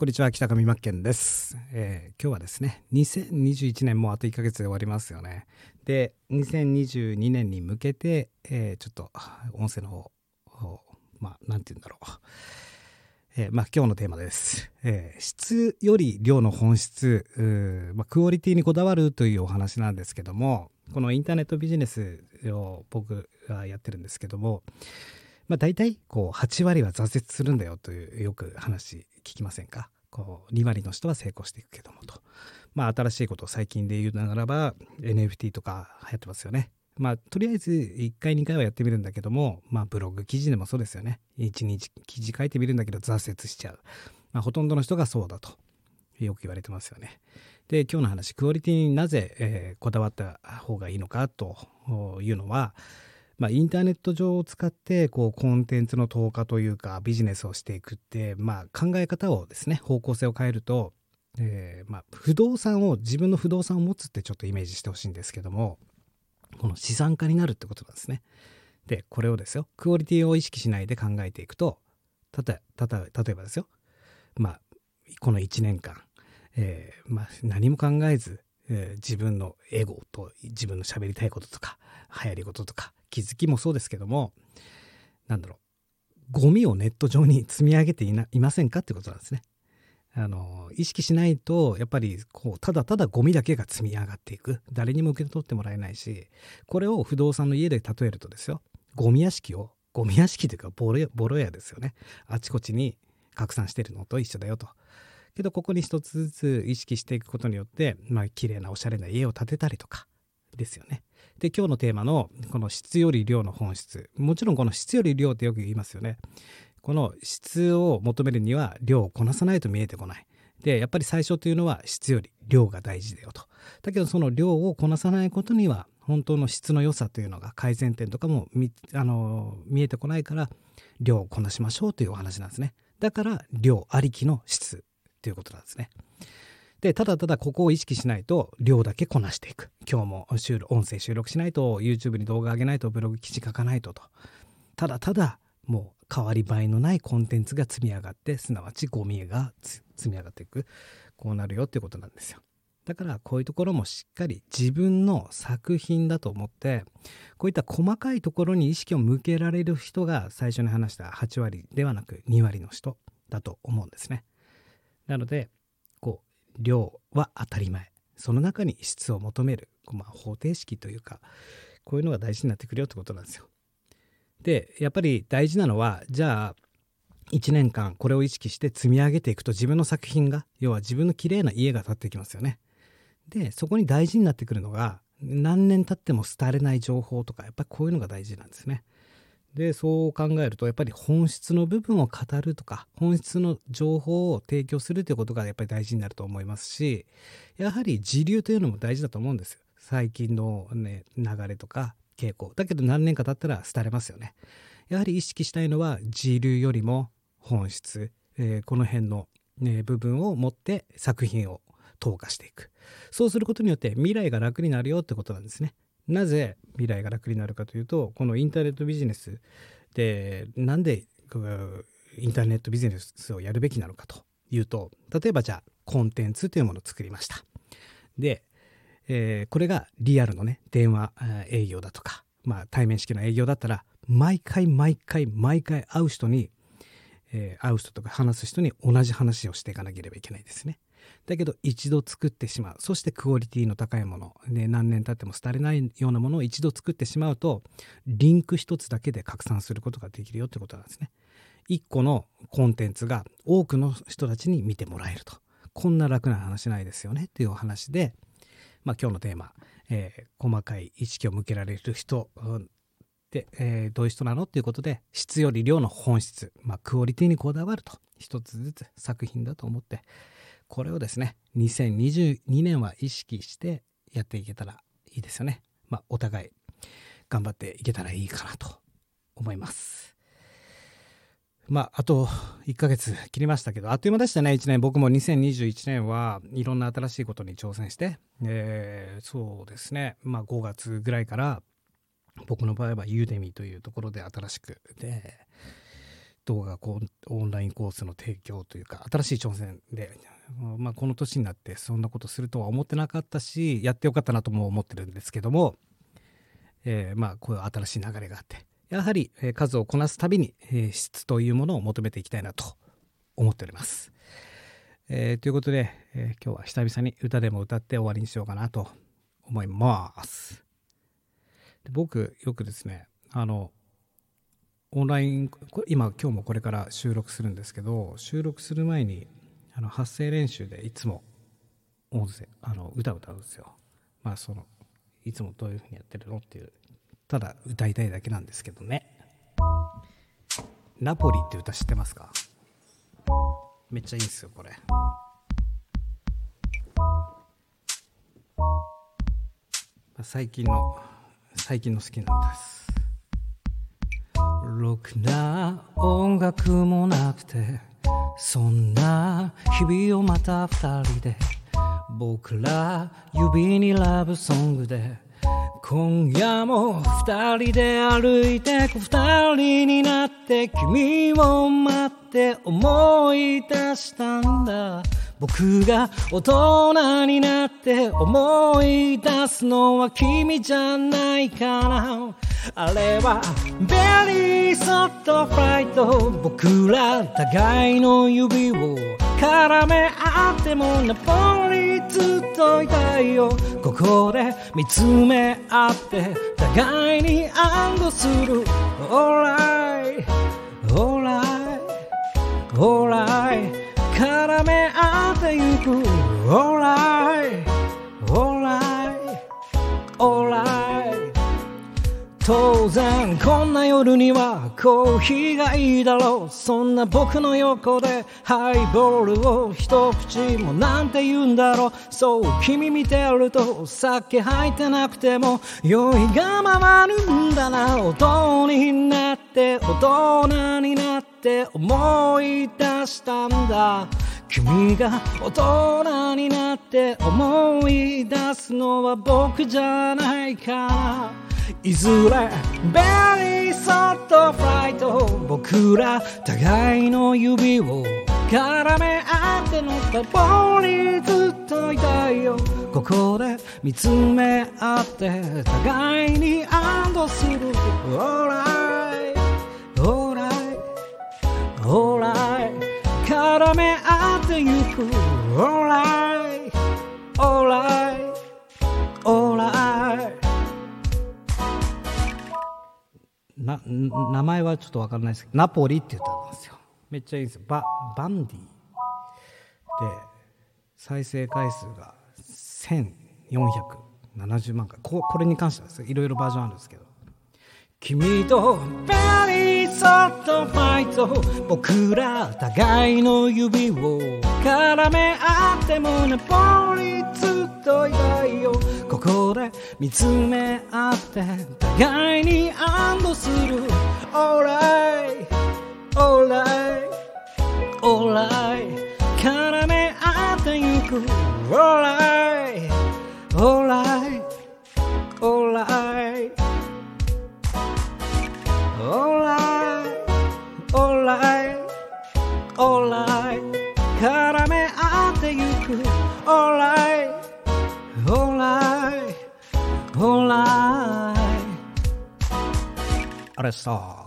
こんにちは、北上真剣です。今日はですね、2021年もあと1ヶ月で終わりますよね。で、2022年に向けて、ちょっと音声の方、なんて言うんだろう。今日のテーマです。質より量の本質、クオリティにこだわるというお話なんですけども、このインターネットビジネスを僕がやってるんですけども、大体8割は挫折するんだよというよく話聞きませんか。2割の人は成功していくけどもと。新しいことを最近で言うならば NFT とか流行ってますよね。とりあえず1回2回はやってみるんだけども、ブログ記事でもそうですよね。1日記事書いてみるんだけど挫折しちゃう。ほとんどの人がそうだとよく言われてますよね。で、今日の話、クオリティになぜ、こだわった方がいいのかというのは、インターネット上を使ってコンテンツの投下というかビジネスをしていくって、考え方をですね、方向性を変えると、自分の不動産を持つってちょっとイメージしてほしいんですけども、この資産家になるってことなんですね。で、これをですよ、クオリティを意識しないで考えていくと、例えばですよ、この1年間、何も考えず、自分のエゴと自分の喋りたいこととか流行りこととか気づきもそうですけども、ゴミをネット上に積み上げていませんかってことなんですね。意識しないとやっぱりただただゴミだけが積み上がっていく、誰にも受け取ってもらえないし、これを不動産の家で例えるとですよ、ゴミ屋敷というかボロ屋ですよね、あちこちに拡散しているのと一緒だよと。けどここに一つずつ意識していくことによって、綺麗なおしゃれな家を建てたりとかですよね。で、今日のテーマのこの質より量の本質、もちろんこの質より量ってよく言いますよね。この質を求めるには量をこなさないと見えてこない。で、やっぱり最初というのは質より量が大事だよと。だけどその量をこなさないことには本当の質の良さというのが、改善点とかも見えてこないから、量をこなしましょうというお話なんですね。だから量ありきの質ということなんですね。で、ただただここを意識しないと量だけこなしていく。今日も音声収録しないと、 YouTube に動画上げないと、ブログ記事書かないとただただもう変わり映えのないコンテンツが積み上がって、すなわちゴミが積み上がっていく。こうなるよっていうことなんですよ。だからこういうところもしっかり自分の作品だと思って、こういった細かいところに意識を向けられる人が、最初に話した8割ではなく2割の人だと思うんですね。なので量は当たり前、その中に質を求める、方程式というか、こういうのが大事になってくるよってことなんですよ。で、やっぱり大事なのは、じゃあ1年間これを意識して積み上げていくと、自分の作品が、要は自分の綺麗な家が建っていきますよね。で、そこに大事になってくるのが、何年経っても廃れない情報とか、やっぱりこういうのが大事なんですね。で、そう考えると、やっぱり本質の部分を語るとか、本質の情報を提供するということがやっぱり大事になると思いますし、やはり時流というのも大事だと思うんですよ。最近のね、流れとか傾向。だけど何年か経ったら廃れますよね。やはり意識したいのは時流よりも本質、この辺の、部分を持って作品を投下していく。そうすることによって未来が楽になるよってことなんですね。なぜ未来が楽になるかというと、このインターネットビジネスでなんでインターネットビジネスをやるべきなのかというと、例えばじゃあコンテンツというものを作りました。で、これがリアルのね、電話営業だとか、対面式の営業だったら、毎回会う人とか話す人に同じ話をしていかなければいけないですね。だけど一度作ってしまう、そしてクオリティの高いもの、何年経っても廃れないようなものを一度作ってしまうと、リンク一つだけで拡散することができるよってことなんですね。一個のコンテンツが多くの人たちに見てもらえると、こんな楽な話ないですよねっていうお話で、今日のテーマ、細かい意識を向けられる人で、どういう人なのっていうことで、質より量の本質、クオリティにこだわると、一つずつ作品だと思って、これをですね、2022年は意識してやっていけたらいいですよね。お互い頑張っていけたらいいかなと思います。あと1ヶ月切りましたけど、あっという間でしたね、1年。僕も2021年はいろんな新しいことに挑戦して、そうですね、5月ぐらいから僕の場合はユーデミというところで新しくで動画オンラインコースの提供というか新しい挑戦で、この年になってそんなことするとは思ってなかったし、やってよかったなとも思ってるんですけども、こういう新しい流れがあって、やはり数をこなすたびに質というものを求めていきたいなと思っております。ということで、今日は久々に歌でも歌って終わりにしようかなと思います。で、僕よくですね、オンライン今日もこれから収録するんですけど、収録する前に発声練習でいつも音声歌うんですよ。いつもどういうふうにやってるのっていう、ただ歌いたいだけなんですけどね。ナポリって歌知ってますか？めっちゃいいんですよこれ。最近の好きな歌です。ろくな音楽もなくて、そんな日々をまた二人で、僕ら指にラブソングで、今夜も二人で歩いてく、二人になって君を待って思い出したんだ。僕が大人になって思い出すのは君じゃないかな。あれはベリーソフトフライト、僕ら互いの指を絡め合ってもナポリずっといたいよ。ここで見つめ合って互いに安堵する。 Alright Alright Alright 絡め合ってゆく。 Alright Alright Alright 当然こんな夜にはコーヒーがいいだろう。そんな僕の横でハイボールを一口もなんて言うんだろう。そう君見てると酒入ってなくても酔いが回るんだな。大人になって大人になって思い出したんだ。君が大人になって思い出すのは僕じゃないかな。いずれベリーソフトフライト、僕ら互いの指を絡め合ってのナポリずっといたいよ。ここで見つめ合って互いに安堵する。 Alright Alright Alright 絡め合ってゆく。 Alright Alright Alright 名前はちょっと分からないですけど、ナポリって言ったんですよ。めっちゃいいんですよ。バンディで再生回数が1470万回。これに関してはですね、いろいろバージョンあるんですけど、君とベリーソフトファイト、僕ら互いの指を絡め合ってもナポリずっといたいよ。ここで見つめ合って互いに安堵する。 Alright Alright Alright 絡め合ってゆく。 Alright Alright Alright Alright Alright Alright 絡め合ってゆく。 Alright Alright Alright あれさ